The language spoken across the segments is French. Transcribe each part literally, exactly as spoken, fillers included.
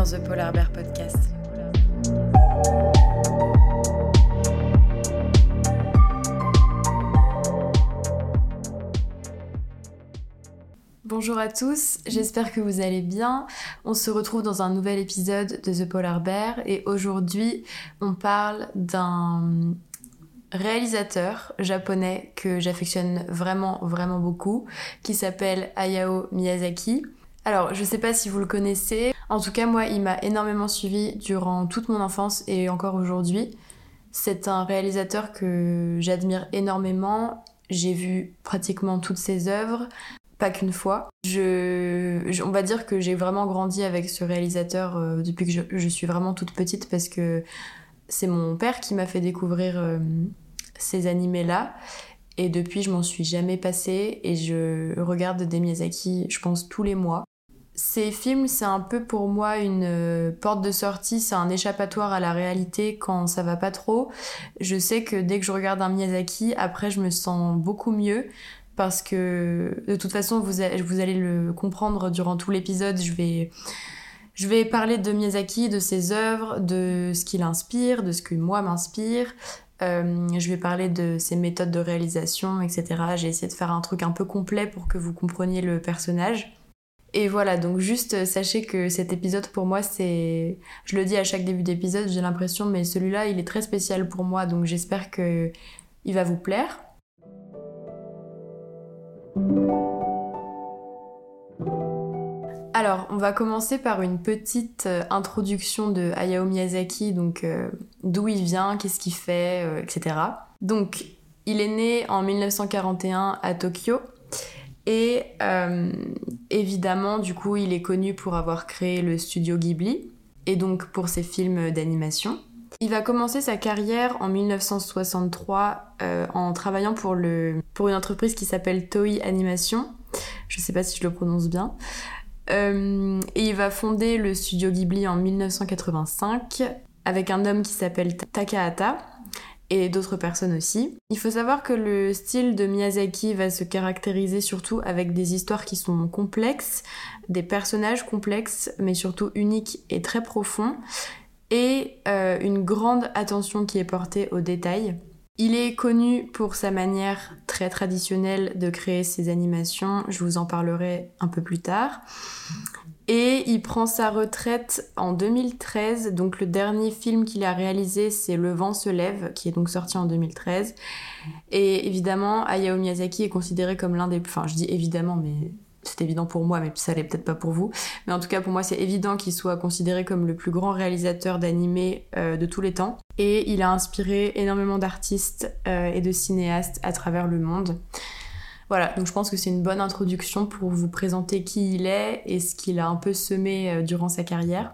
The Polar Bear Podcast. Bonjour à tous, j'espère que vous allez bien. On se retrouve dans un nouvel épisode de The Polar Bear et aujourd'hui on parle d'un réalisateur japonais que j'affectionne vraiment vraiment beaucoup qui s'appelle Hayao Miyazaki. Alors je sais pas si vous le connaissez, en tout cas moi il m'a énormément suivi durant toute mon enfance et encore aujourd'hui. C'est un réalisateur que j'admire énormément, j'ai vu pratiquement toutes ses œuvres. Pas qu'une fois. Je, je, on va dire que j'ai vraiment grandi avec ce réalisateur euh, depuis que je, je suis vraiment toute petite parce que c'est mon père qui m'a fait découvrir euh, ces animés-là. Et depuis, je m'en suis jamais passée et je regarde des Miyazaki, je pense, tous les mois. Ces films, c'est un peu pour moi une euh, porte de sortie, c'est un échappatoire à la réalité quand ça va pas trop. Je sais que dès que je regarde un Miyazaki, après, je me sens beaucoup mieux. Parce que de toute façon, vous, a, vous allez le comprendre durant tout l'épisode, je vais, je vais parler de Miyazaki, de ses œuvres, de ce qu'il inspire, de ce que moi m'inspire. Euh, je vais parler de ses méthodes de réalisation, et cetera. J'ai essayé de faire un truc un peu complet pour que vous compreniez le personnage. Et voilà, donc juste sachez que cet épisode pour moi, c'est... Je le dis à chaque début d'épisode, j'ai l'impression, mais celui-là, il est très spécial pour moi, donc j'espère qu'il va vous plaire. Alors, on va commencer par une petite euh, introduction de Hayao Miyazaki, donc euh, d'où il vient, qu'est-ce qu'il fait, euh, et cetera. Donc, il est né en dix-neuf cent quarante et un à Tokyo et euh, évidemment, du coup, il est connu pour avoir créé le studio Ghibli et donc pour ses films d'animation. Il va commencer sa carrière en dix-neuf cent soixante-trois euh, en travaillant pour, le, pour une entreprise qui s'appelle Toei Animation. Je sais pas si je le prononce bien. Euh, et il va fonder le studio Ghibli en dix-neuf cent quatre-vingt-cinq avec un homme qui s'appelle Takahata et d'autres personnes aussi. Il faut savoir que le style de Miyazaki va se caractériser surtout avec des histoires qui sont complexes, des personnages complexes, mais surtout uniques et très profonds, et euh, une grande attention qui est portée aux détails. Il est connu pour sa manière très traditionnelle de créer ses animations, je vous en parlerai un peu plus tard. Et il prend sa retraite en deux mille treize, donc le dernier film qu'il a réalisé c'est Le vent se lève, qui est donc sorti en deux mille treize. Et évidemment, Hayao Miyazaki est considéré comme l'un des... Enfin, je dis évidemment, mais... C'est évident pour moi, mais ça l'est peut-être pas pour vous. Mais en tout cas, pour moi, c'est évident qu'il soit considéré comme le plus grand réalisateur d'animé euh, de tous les temps. Et il a inspiré énormément d'artistes euh, et de cinéastes à travers le monde. Voilà, donc je pense que c'est une bonne introduction pour vous présenter qui il est et ce qu'il a un peu semé euh, durant sa carrière.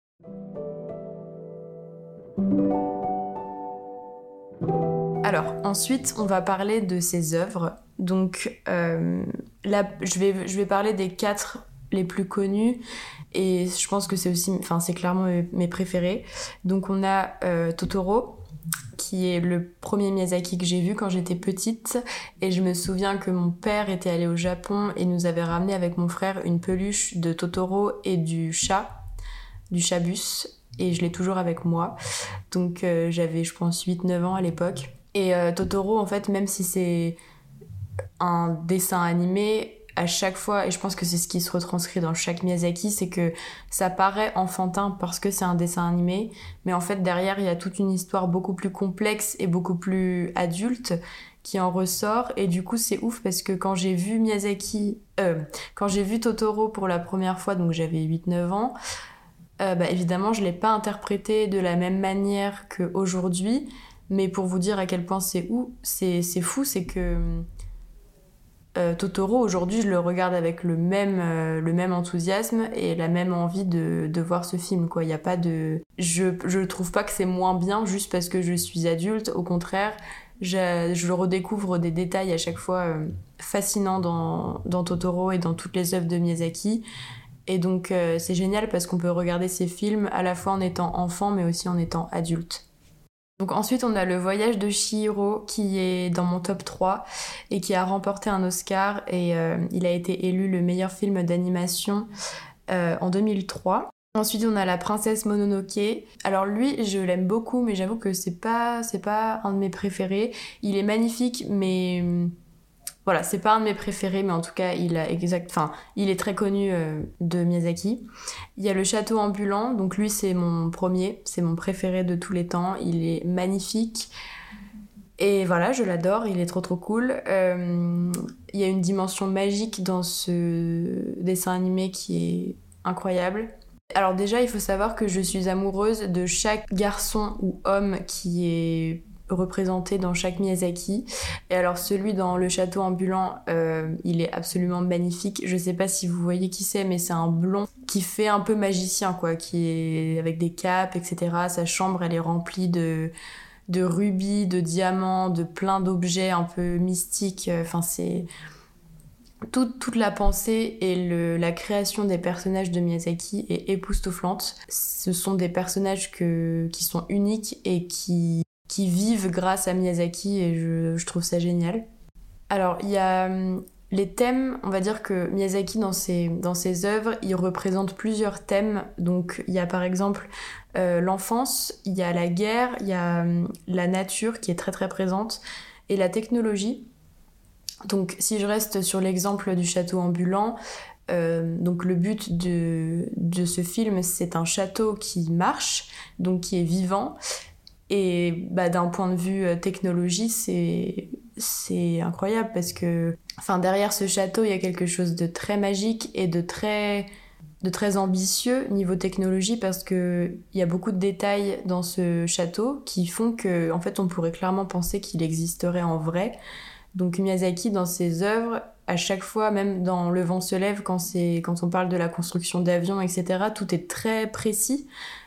Alors, ensuite, on va parler de ses œuvres. Donc euh, là, je vais, je vais parler des quatre les plus connus et je pense que c'est aussi, enfin c'est clairement mes, mes préférés. Donc on a euh, Totoro, qui est le premier Miyazaki que j'ai vu quand j'étais petite et je me souviens que mon père était allé au Japon et nous avait ramené avec mon frère une peluche de Totoro et du chat, du chat-bus, et je l'ai toujours avec moi. Donc euh, j'avais je pense huit neuf ans à l'époque. Et euh, Totoro en fait, même si c'est un dessin animé, à chaque fois, et je pense que c'est ce qui se retranscrit dans chaque Miyazaki, c'est que ça paraît enfantin parce que c'est un dessin animé, mais en fait derrière il y a toute une histoire beaucoup plus complexe et beaucoup plus adulte qui en ressort, et du coup c'est ouf parce que quand j'ai vu Miyazaki, euh, quand j'ai vu Totoro pour la première fois, donc j'avais huit neuf ans, euh, bah évidemment je l'ai pas interprété de la même manière qu'aujourd'hui, mais pour vous dire à quel point c'est, ou, c'est, c'est fou, c'est que Euh, Totoro, aujourd'hui, je le regarde avec le même, euh, le même enthousiasme et la même envie de, de voir ce film, quoi. Il y a pas de... Je, je trouve pas que c'est moins bien juste parce que je suis adulte. Au contraire, je, je redécouvre des détails à chaque fois euh, fascinants dans, dans Totoro et dans toutes les œuvres de Miyazaki. Et donc, euh, c'est génial parce qu'on peut regarder ces films à la fois en étant enfant, mais aussi en étant adulte. Donc ensuite, on a Le Voyage de Chihiro qui est dans mon top trois et qui a remporté un Oscar et euh, il a été élu le meilleur film d'animation euh, en deux mille trois. Ensuite, on a la princesse Mononoke. Alors lui, je l'aime beaucoup, mais j'avoue que c'est pas, c'est pas un de mes préférés. Il est magnifique, mais voilà, c'est pas un de mes préférés, mais en tout cas, il a exact, enfin, il est très connu euh, de Miyazaki. Il y a le château ambulant, donc lui, c'est mon premier, c'est mon préféré de tous les temps. Il est magnifique. Et voilà, je l'adore, il est trop trop cool. Euh, il y a une dimension magique dans ce dessin animé qui est incroyable. Alors déjà, il faut savoir que je suis amoureuse de chaque garçon ou homme qui est représenté dans chaque Miyazaki. Et alors celui dans le château ambulant, euh, il est absolument magnifique. Je sais pas si vous voyez qui c'est, mais c'est un blond qui fait un peu magicien, quoi, qui est avec des capes, et cetera. Sa chambre, elle est remplie de de rubis, de diamants, de plein d'objets un peu mystiques. Enfin, c'est toute, toute la pensée et le, la création des personnages de Miyazaki est époustouflante. Ce sont des personnages que, qui sont uniques et qui, qui vivent grâce à Miyazaki et je, je trouve ça génial. Alors, il y a hum, les thèmes, on va dire que Miyazaki, dans ses, dans ses œuvres, il représente plusieurs thèmes. Donc, il y a par exemple euh, l'enfance, il y a la guerre, il y a hum, la nature qui est très très présente et la technologie. Donc, si je reste sur l'exemple du château ambulant, euh, donc le but de, de ce film, c'est un château qui marche, donc qui est vivant. Et bah, d'un point de vue euh, technologie, c'est, c'est incroyable parce que enfin, derrière ce château, il y a quelque chose de très magique et de très, de très ambitieux niveau technologie parce qu'il y a beaucoup de détails dans ce château qui font qu'en en fait, on pourrait clairement penser qu'il existerait en vrai. Donc Miyazaki, dans ses œuvres, à chaque fois, même dans Le vent se lève, quand, c'est, quand on parle de la construction d'avions, et cetera, tout est très précis.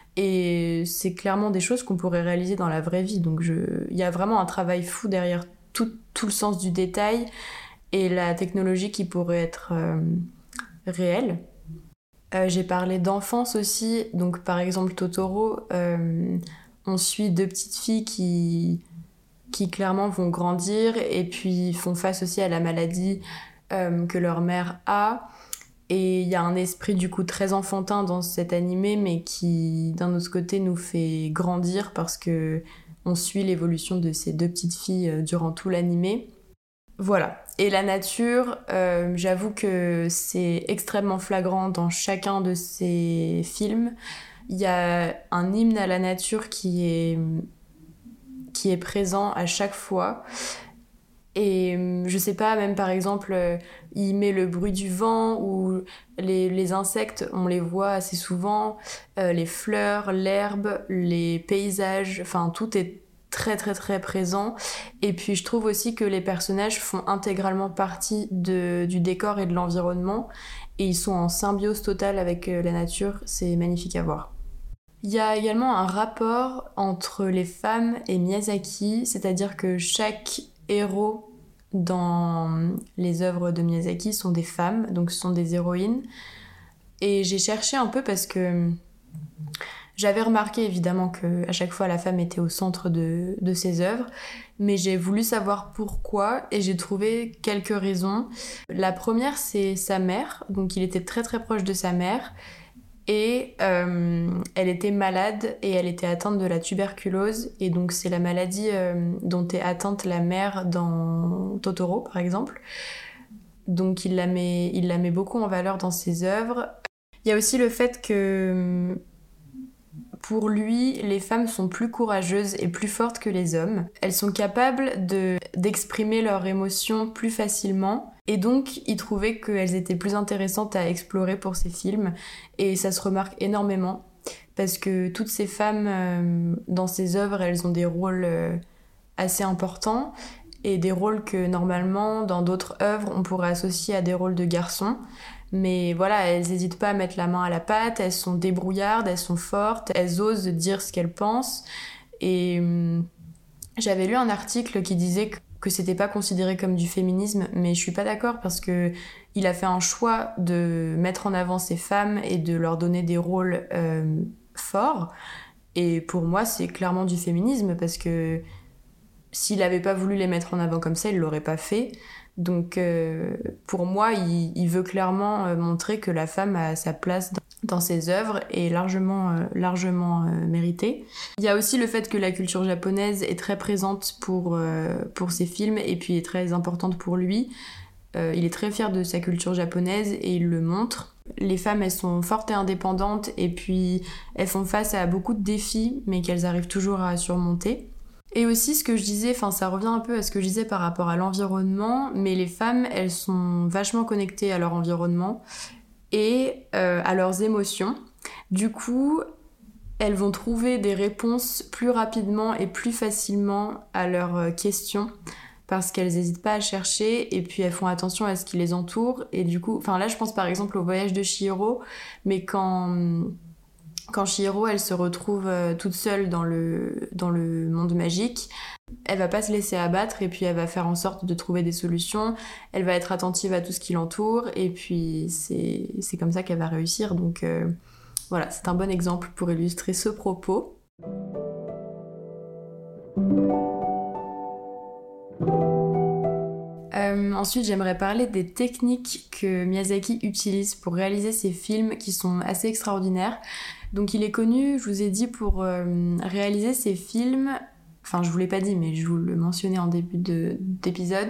Et c'est clairement des choses qu'on pourrait réaliser dans la vraie vie. Donc je... il y a vraiment un travail fou derrière tout, tout le sens du détail et la technologie qui pourrait être euh, réelle. Euh, j'ai parlé d'enfance aussi. Donc par exemple Totoro, euh, on suit deux petites filles qui... qui clairement vont grandir et puis font face aussi à la maladie euh, que leur mère a. Et il y a un esprit du coup très enfantin dans cet animé, mais qui d'un autre côté nous fait grandir parce que on suit l'évolution de ces deux petites filles euh, durant tout l'animé. Voilà. Et la nature, euh, j'avoue que c'est extrêmement flagrant dans chacun de ces films. Il y a un hymne à la nature qui est qui est présent à chaque fois. Et je sais pas, même par exemple, euh, il met le bruit du vent ou les, les insectes, on les voit assez souvent, euh, les fleurs, l'herbe, les paysages, enfin tout est très très très présent. Et puis je trouve aussi que les personnages font intégralement partie de, du décor et de l'environnement et ils sont en symbiose totale avec euh, la nature, c'est magnifique à voir. Il y a également un rapport entre les femmes et Miyazaki, c'est-à-dire que chaque héros dans les œuvres de Miyazaki sont des femmes, donc ce sont des héroïnes. Et j'ai cherché un peu parce que j'avais remarqué évidemment qu'à chaque fois la femme était au centre de, de ses œuvres, mais j'ai voulu savoir pourquoi et j'ai trouvé quelques raisons. La première, c'est sa mère, donc il était très très proche de sa mère. Et euh, elle était malade et elle était atteinte de la tuberculose. Et donc c'est la maladie euh, dont est atteinte la mère dans Totoro, par exemple. Donc il la met, il la met beaucoup en valeur dans ses œuvres. Il y a aussi le fait que pour lui, les femmes sont plus courageuses et plus fortes que les hommes. Elles sont capables de, d'exprimer leurs émotions plus facilement. Et donc, il trouvait qu'elles étaient plus intéressantes à explorer pour ses films. Et ça se remarque énormément. Parce que toutes ces femmes, euh, dans ses œuvres, elles ont des rôles euh, assez importants. Et des rôles que, normalement, dans d'autres œuvres, on pourrait associer à des rôles de garçons. Mais voilà, elles n'hésitent pas à mettre la main à la pâte, elles sont débrouillardes, elles sont fortes, elles osent dire ce qu'elles pensent. Et hum, j'avais lu un article qui disait que, que c'était pas considéré comme du féminisme, mais je suis pas d'accord parce que il a fait un choix de mettre en avant ces femmes et de leur donner des rôles euh, forts. Et pour moi, c'est clairement du féminisme parce que s'il avait pas voulu les mettre en avant comme ça, il l'aurait pas fait. Donc euh, pour moi, il, il veut clairement euh, montrer que la femme a sa place dans, dans ses œuvres et largement, euh, largement euh, méritée. Il y a aussi le fait que la culture japonaise est très présente pour, euh, pour ses films et puis est très importante pour lui. Euh, il est très fier de sa culture japonaise et il le montre. Les femmes, elles sont fortes et indépendantes et puis elles font face à beaucoup de défis, mais qu'elles arrivent toujours à surmonter. Et aussi, ce que je disais, enfin, ça revient un peu à ce que je disais par rapport à l'environnement, mais les femmes, elles sont vachement connectées à leur environnement et euh, à leurs émotions. Du coup, elles vont trouver des réponses plus rapidement et plus facilement à leurs questions parce qu'elles n'hésitent pas à chercher et puis elles font attention à ce qui les entoure. Et du coup, enfin là, je pense par exemple au voyage de Chihiro, mais quand... Quand Chihiro, elle se retrouve euh, toute seule dans le, dans le monde magique, elle va pas se laisser abattre et puis elle va faire en sorte de trouver des solutions. Elle va être attentive à tout ce qui l'entoure et puis c'est, c'est comme ça qu'elle va réussir. Donc euh, voilà, c'est un bon exemple pour illustrer ce propos. Euh, ensuite, j'aimerais parler des techniques que Miyazaki utilise pour réaliser ses films qui sont assez extraordinaires. Donc il est connu, je vous ai dit, pour euh, réaliser ses films, enfin je vous l'ai pas dit mais je vous le mentionnais en début de, d'épisode,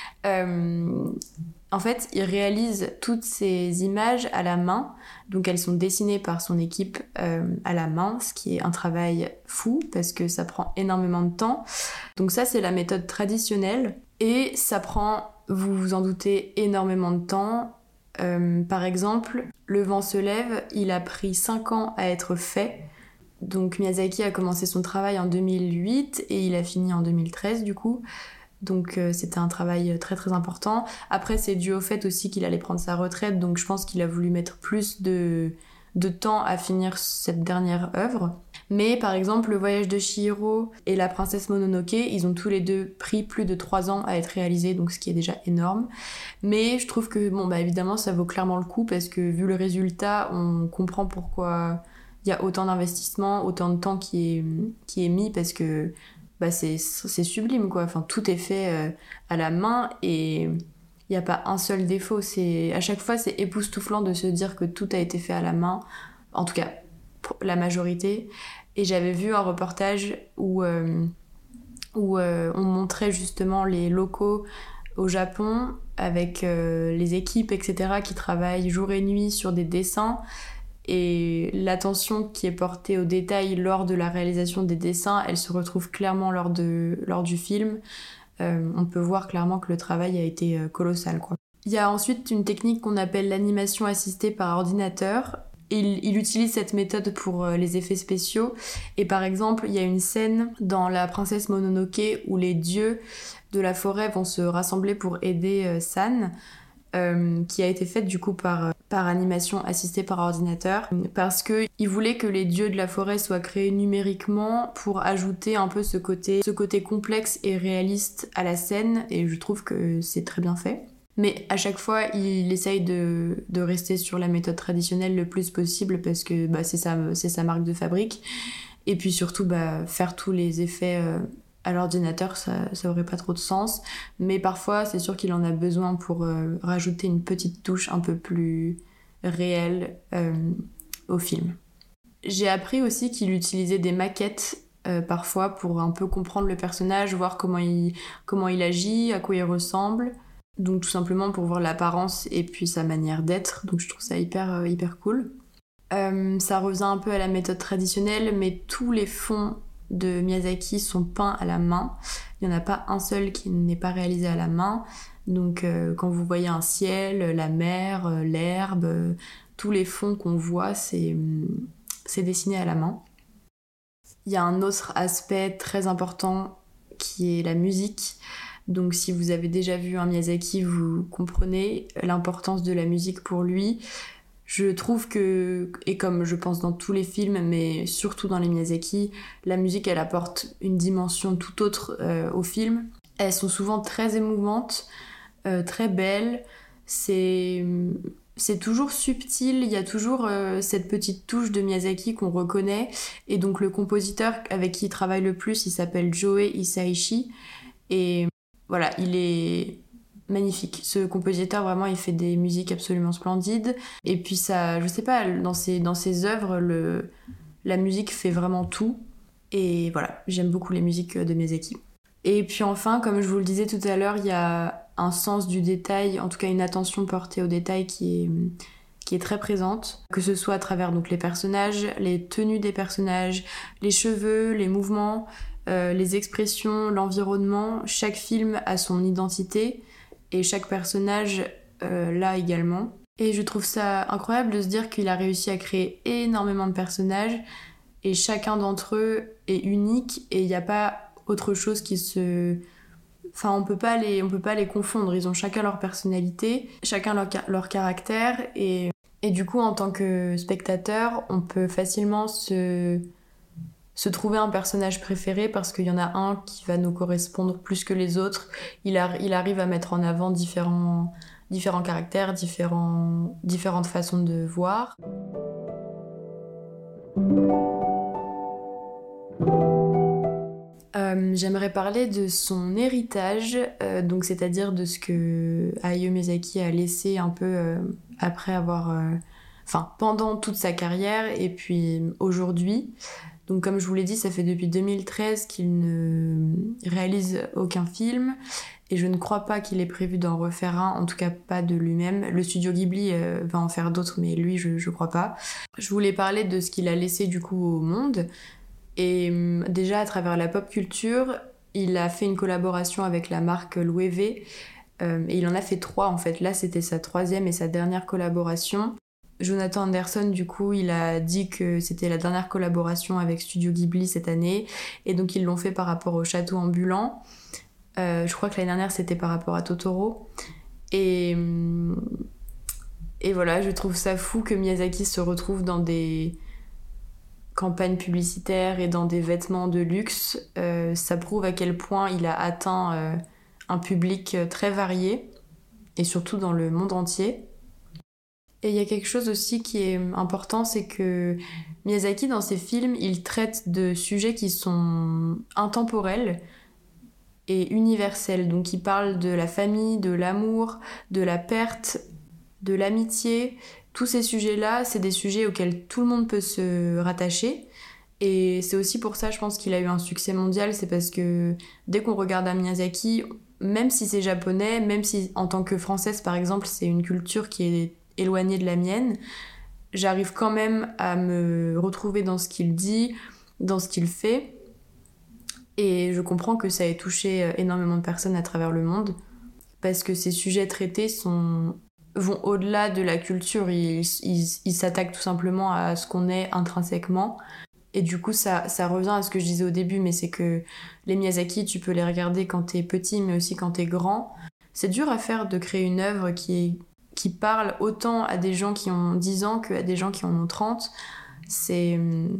euh, en fait il réalise toutes ces images à la main, donc elles sont dessinées par son équipe euh, à la main, ce qui est un travail fou parce que ça prend énormément de temps. Donc ça c'est la méthode traditionnelle et ça prend, vous vous en doutez, énormément de temps. Euh, par exemple, Le vent se lève, il a pris cinq ans à être fait. Donc Miyazaki a commencé son travail en deux mille huit et il a fini en deux mille treize du coup. Donc euh, c'était un travail très très important. Après c'est dû au fait aussi qu'il allait prendre sa retraite, donc je pense qu'il a voulu mettre plus de, de temps à finir cette dernière œuvre. Mais par exemple Le voyage de Chihiro et La princesse Mononoke, ils ont tous les deux pris plus de trois ans à être réalisés, donc ce qui est déjà énorme. Mais je trouve que bon bah évidemment ça vaut clairement le coup parce que vu le résultat, on comprend pourquoi il y a autant d'investissement, autant de temps qui est, qui est mis parce que bah c'est, c'est sublime quoi. Enfin tout est fait euh, à la main et il n'y a pas un seul défaut. C'est, à chaque fois c'est époustouflant de se dire que tout a été fait à la main, en tout cas la majorité. Et j'avais vu un reportage où, euh, où euh, on montrait justement les locaux au Japon avec euh, les équipes, et cetera, qui travaillent jour et nuit sur des dessins. Et l'attention qui est portée aux détails lors de la réalisation des dessins, elle se retrouve clairement lors, de, lors du film. Euh, on peut voir clairement que le travail a été colossal, quoi. Il y a ensuite une technique qu'on appelle l'animation assistée par ordinateur. Il, il utilise cette méthode pour euh, les effets spéciaux. Et par exemple, il y a une scène dans La princesse Mononoke où les dieux de la forêt vont se rassembler pour aider euh, San, euh, qui a été faite du coup par, euh, par animation assistée par ordinateur, parce qu'il voulait que les dieux de la forêt soient créés numériquement pour ajouter un peu ce côté, ce côté complexe et réaliste à la scène, et je trouve que c'est très bien fait. Mais à chaque fois, il essaye de, de rester sur la méthode traditionnelle le plus possible parce que bah, c'est, sa, c'est sa marque de fabrique. Et puis surtout, bah, faire tous les effets euh, à l'ordinateur, ça, ça aurait pas trop de sens. Mais parfois, c'est sûr qu'il en a besoin pour euh, rajouter une petite touche un peu plus réelle euh, au film. J'ai appris aussi qu'il utilisait des maquettes euh, parfois pour un peu comprendre le personnage, voir comment il, comment il agit, à quoi il ressemble. Donc tout simplement pour voir l'apparence et puis sa manière d'être. Donc je trouve ça hyper, euh, hyper cool. Euh, ça revient un peu à la méthode traditionnelle, mais tous les fonds de Miyazaki sont peints à la main. Il n'y en a pas un seul qui n'est pas réalisé à la main. Donc euh, quand vous voyez un ciel, la mer, euh, l'herbe, euh, tous les fonds qu'on voit, c'est, c'est dessiné à la main. Il y a un autre aspect très important qui est la musique. Donc si vous avez déjà vu un Miyazaki, vous comprenez l'importance de la musique pour lui. Je trouve que, et comme je pense dans tous les films, mais surtout dans les Miyazaki, la musique elle apporte une dimension tout autre euh, au film. Elles sont souvent très émouvantes, euh, très belles. C'est, c'est toujours subtil, il y a toujours euh, cette petite touche de Miyazaki qu'on reconnaît. Et donc le compositeur avec qui il travaille le plus, il s'appelle Joe Hisaishi. Et voilà, il est, magnifique. Ce compositeur, vraiment, il fait des musiques absolument splendides. Et puis ça, je sais pas, dans ses, dans ses œuvres, le, la musique fait vraiment tout. Et voilà, j'aime beaucoup les musiques de Miyazaki. Et puis enfin, comme je vous le disais tout à l'heure, il y a un sens du détail, en tout cas une attention portée au détail qui est, qui est très présente, que ce soit à travers donc, les personnages, les tenues des personnages, les cheveux, les mouvements, euh, les expressions, l'environnement. Chaque film a son identité et chaque personnage euh, l'a également. Et je trouve ça incroyable de se dire qu'il a réussi à créer énormément de personnages et chacun d'entre eux est unique et il n'y a pas autre chose qui se... Enfin, on peut pas les, on peut pas les confondre. Ils ont chacun leur personnalité, chacun leur, leur caractère. Et, et du coup, en tant que spectateur, on peut facilement se, se trouver un personnage préféré parce qu'il y en a un qui va nous correspondre plus que les autres. Il, a, il arrive à mettre en avant différents, différents caractères, différents, différentes façons de voir. Euh, j'aimerais parler de son héritage, euh, donc c'est-à-dire de ce que Hayao Miyazaki a laissé un peu euh, après avoir, euh, enfin pendant toute sa carrière et puis aujourd'hui. Donc comme je vous l'ai dit, ça fait depuis deux mille treize qu'il ne réalise aucun film et je ne crois pas qu'il ait prévu d'en refaire un, en tout cas pas de lui-même. Le studio Ghibli euh, va en faire d'autres, mais lui je, je crois pas. Je voulais parler de ce qu'il a laissé du coup au monde. Et euh, déjà, à travers la pop culture, il a fait une collaboration avec la marque Loewe. Euh, et il en a fait trois, en fait. Là, c'était sa troisième et sa dernière collaboration. Jonathan Anderson, du coup, il a dit que c'était la dernière collaboration avec Studio Ghibli cette année. Et donc, ils l'ont fait par rapport au château ambulant. Euh, je crois que l'année dernière, c'était par rapport à Totoro. Et, euh, et voilà, je trouve ça fou que Miyazaki se retrouve dans des... campagne publicitaire et dans des vêtements de luxe, euh, ça prouve à quel point il a atteint euh, un public très varié et surtout dans le monde entier. Et il y a quelque chose aussi qui est important, c'est que Miyazaki dans ses films, il traite de sujets qui sont intemporels et universels. Donc il parle de la famille, de l'amour, de la perte, de l'amitié. Tous ces sujets-là, c'est des sujets auxquels tout le monde peut se rattacher. Et c'est aussi pour ça, je pense qu'il a eu un succès mondial. C'est parce que dès qu'on regarde un Miyazaki, même si c'est japonais, même si en tant que française, par exemple, c'est une culture qui est éloignée de la mienne, j'arrive quand même à me retrouver dans ce qu'il dit, dans ce qu'il fait. Et je comprends que ça ait touché énormément de personnes à travers le monde. Parce que ces sujets traités sont... vont au-delà de la culture, ils, ils, ils s'attaquent tout simplement à ce qu'on est intrinsèquement. Et du coup, ça, ça revient à ce que je disais au début, mais c'est que les Miyazaki, tu peux les regarder quand t'es petit, mais aussi quand t'es grand. C'est dur à faire de créer une œuvre qui, est, qui parle autant à des gens qui ont dix ans qu'à des gens qui en ont trente. C'est,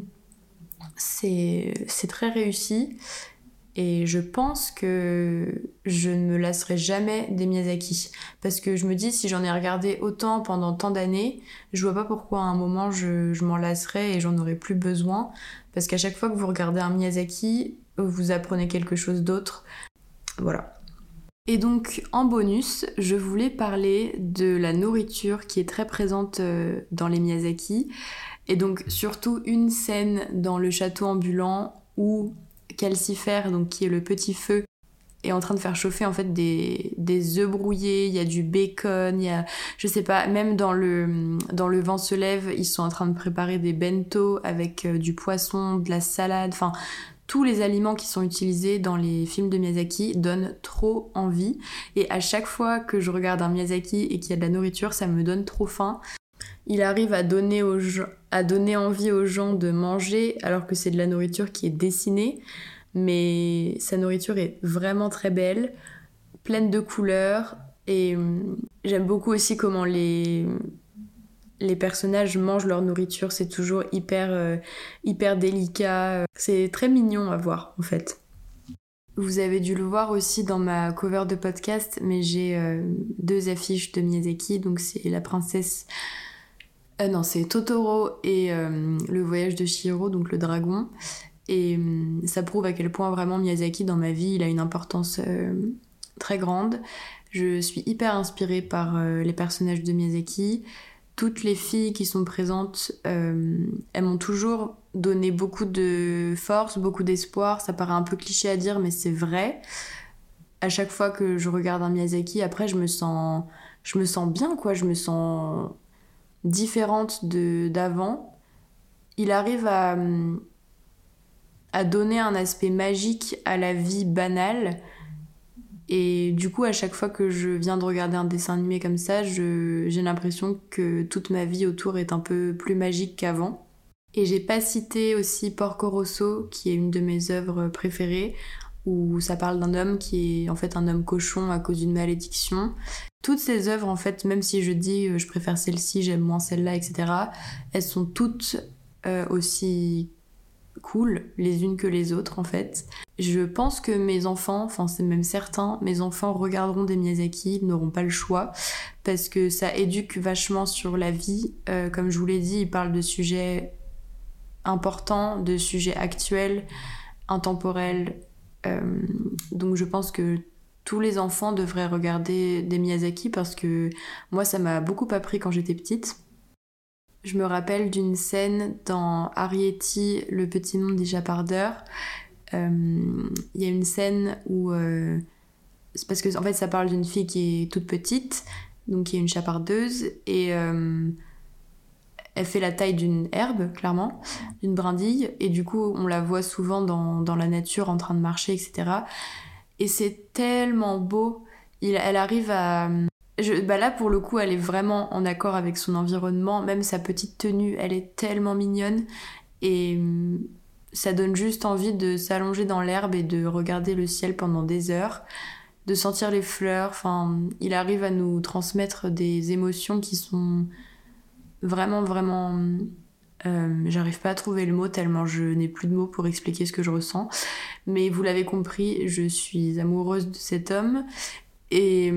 c'est, c'est très réussi. Et je pense que je ne me lasserai jamais des Miyazaki. Parce que je me dis, si j'en ai regardé autant pendant tant d'années, je vois pas pourquoi à un moment je, je m'en lasserais et j'en aurais plus besoin. Parce qu'à chaque fois que vous regardez un Miyazaki, vous apprenez quelque chose d'autre. Voilà. Et donc, en bonus, je voulais parler de la nourriture qui est très présente dans les Miyazaki. Et donc, surtout une scène dans le château ambulant où Calcifer, donc qui est le petit feu, est en train de faire chauffer en fait des, des œufs brouillés, il y a du bacon, il y a, je sais pas, même dans le, dans le vent se lève, ils sont en train de préparer des bento avec euh, du poisson, de la salade, enfin tous les aliments qui sont utilisés dans les films de Miyazaki donnent trop envie. Et à chaque fois que je regarde un Miyazaki et qu'il y a de la nourriture, ça me donne trop faim. Il arrive à donner, aux gens, à donner envie aux gens de manger alors que c'est de la nourriture qui est dessinée. Mais sa nourriture est vraiment très belle, pleine de couleurs. Et j'aime beaucoup aussi comment les, les personnages mangent leur nourriture. C'est toujours hyper, euh, hyper délicat. C'est très mignon à voir en fait. Vous avez dû le voir aussi dans ma cover de podcast, mais j'ai euh, deux affiches de Miyazaki. Donc c'est la princesse... Euh, non, c'est Totoro et euh, le voyage de Chihiro, donc le dragon. Et euh, ça prouve à quel point vraiment Miyazaki, dans ma vie, il a une importance euh, très grande. Je suis hyper inspirée par euh, les personnages de Miyazaki. Toutes les filles qui sont présentes, euh, elles m'ont toujours donné beaucoup de force, beaucoup d'espoir. Ça paraît un peu cliché à dire, mais c'est vrai. À chaque fois que je regarde un Miyazaki, après, je me sens, je me sens bien, quoi. Je me sens différente de, d'avant. Il arrive à, à donner un aspect magique à la vie banale. Et du coup, à chaque fois que je viens de regarder un dessin animé comme ça, je, j'ai l'impression que toute ma vie autour est un peu plus magique qu'avant. Et j'ai pas cité aussi Porco Rosso, qui est une de mes œuvres préférées, où ça parle d'un homme qui est en fait un homme cochon à cause d'une malédiction. Toutes ces œuvres, en fait, même si je dis euh, je préfère celle-ci, j'aime moins celle-là, et cetera, elles sont toutes euh, aussi cool les unes que les autres, en fait. Je pense que mes enfants, enfin c'est même certain, mes enfants regarderont des Miyazaki, ils n'auront pas le choix, parce que ça éduque vachement sur la vie. Euh, comme je vous l'ai dit, ils parlent de sujets importants, de sujets actuels, intemporels. Euh, donc je pense que tous les enfants devraient regarder des Miyazaki, parce que moi ça m'a beaucoup appris quand j'étais petite. Je me rappelle d'une scène dans Arrietty, Le Petit Monde des Chapardeurs. Il euh, y a une scène où... Euh, c'est parce que en fait, ça parle d'une fille qui est toute petite, donc qui est une chapardeuse, et euh, elle fait la taille d'une herbe, clairement, d'une brindille, et du coup, on la voit souvent dans, dans la nature en train de marcher, et cetera. Et c'est tellement beau. Il, elle arrive à... Je, bah là, pour le coup, elle est vraiment en accord avec son environnement. Même sa petite tenue, elle est tellement mignonne. Et ça donne juste envie de s'allonger dans l'herbe et de regarder le ciel pendant des heures, de sentir les fleurs. Enfin, il arrive à nous transmettre des émotions qui sont vraiment, vraiment... Euh, j'arrive pas à trouver le mot tellement je n'ai plus de mots pour expliquer ce que je ressens. Mais vous l'avez compris, je suis amoureuse de cet homme. Et...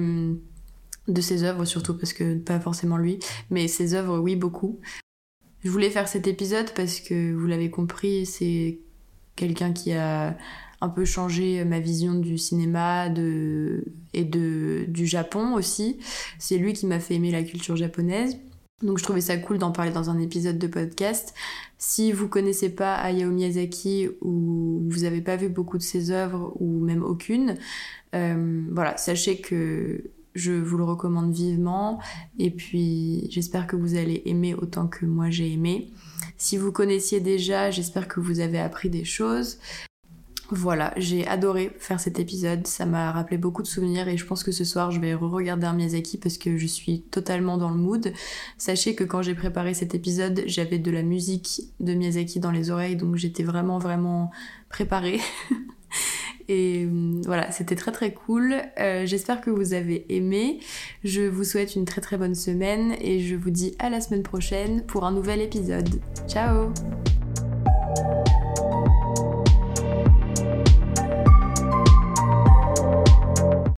de ses œuvres surtout, parce que pas forcément lui, mais ses œuvres, oui, beaucoup. Je voulais faire cet épisode parce que, vous l'avez compris, c'est quelqu'un qui a un peu changé ma vision du cinéma de... et de... du Japon aussi. C'est lui qui m'a fait aimer la culture japonaise. Donc je trouvais ça cool d'en parler dans un épisode de podcast. Si vous connaissez pas Hayao Miyazaki ou vous avez pas vu beaucoup de ses œuvres ou même aucune, euh, voilà, sachez que je vous le recommande vivement, et puis j'espère que vous allez aimer autant que moi j'ai aimé. Si vous connaissiez déjà, j'espère que vous avez appris des choses. Voilà, j'ai adoré faire cet épisode, ça m'a rappelé beaucoup de souvenirs, et je pense que ce soir je vais re-regarder un Miyazaki parce que je suis totalement dans le mood. Sachez que quand j'ai préparé cet épisode, j'avais de la musique de Miyazaki dans les oreilles, donc j'étais vraiment vraiment préparée. Et voilà, c'était très très cool. Euh, j'espère que vous avez aimé. Je vous souhaite une très très bonne semaine et je vous dis à la semaine prochaine pour un nouvel épisode. Ciao!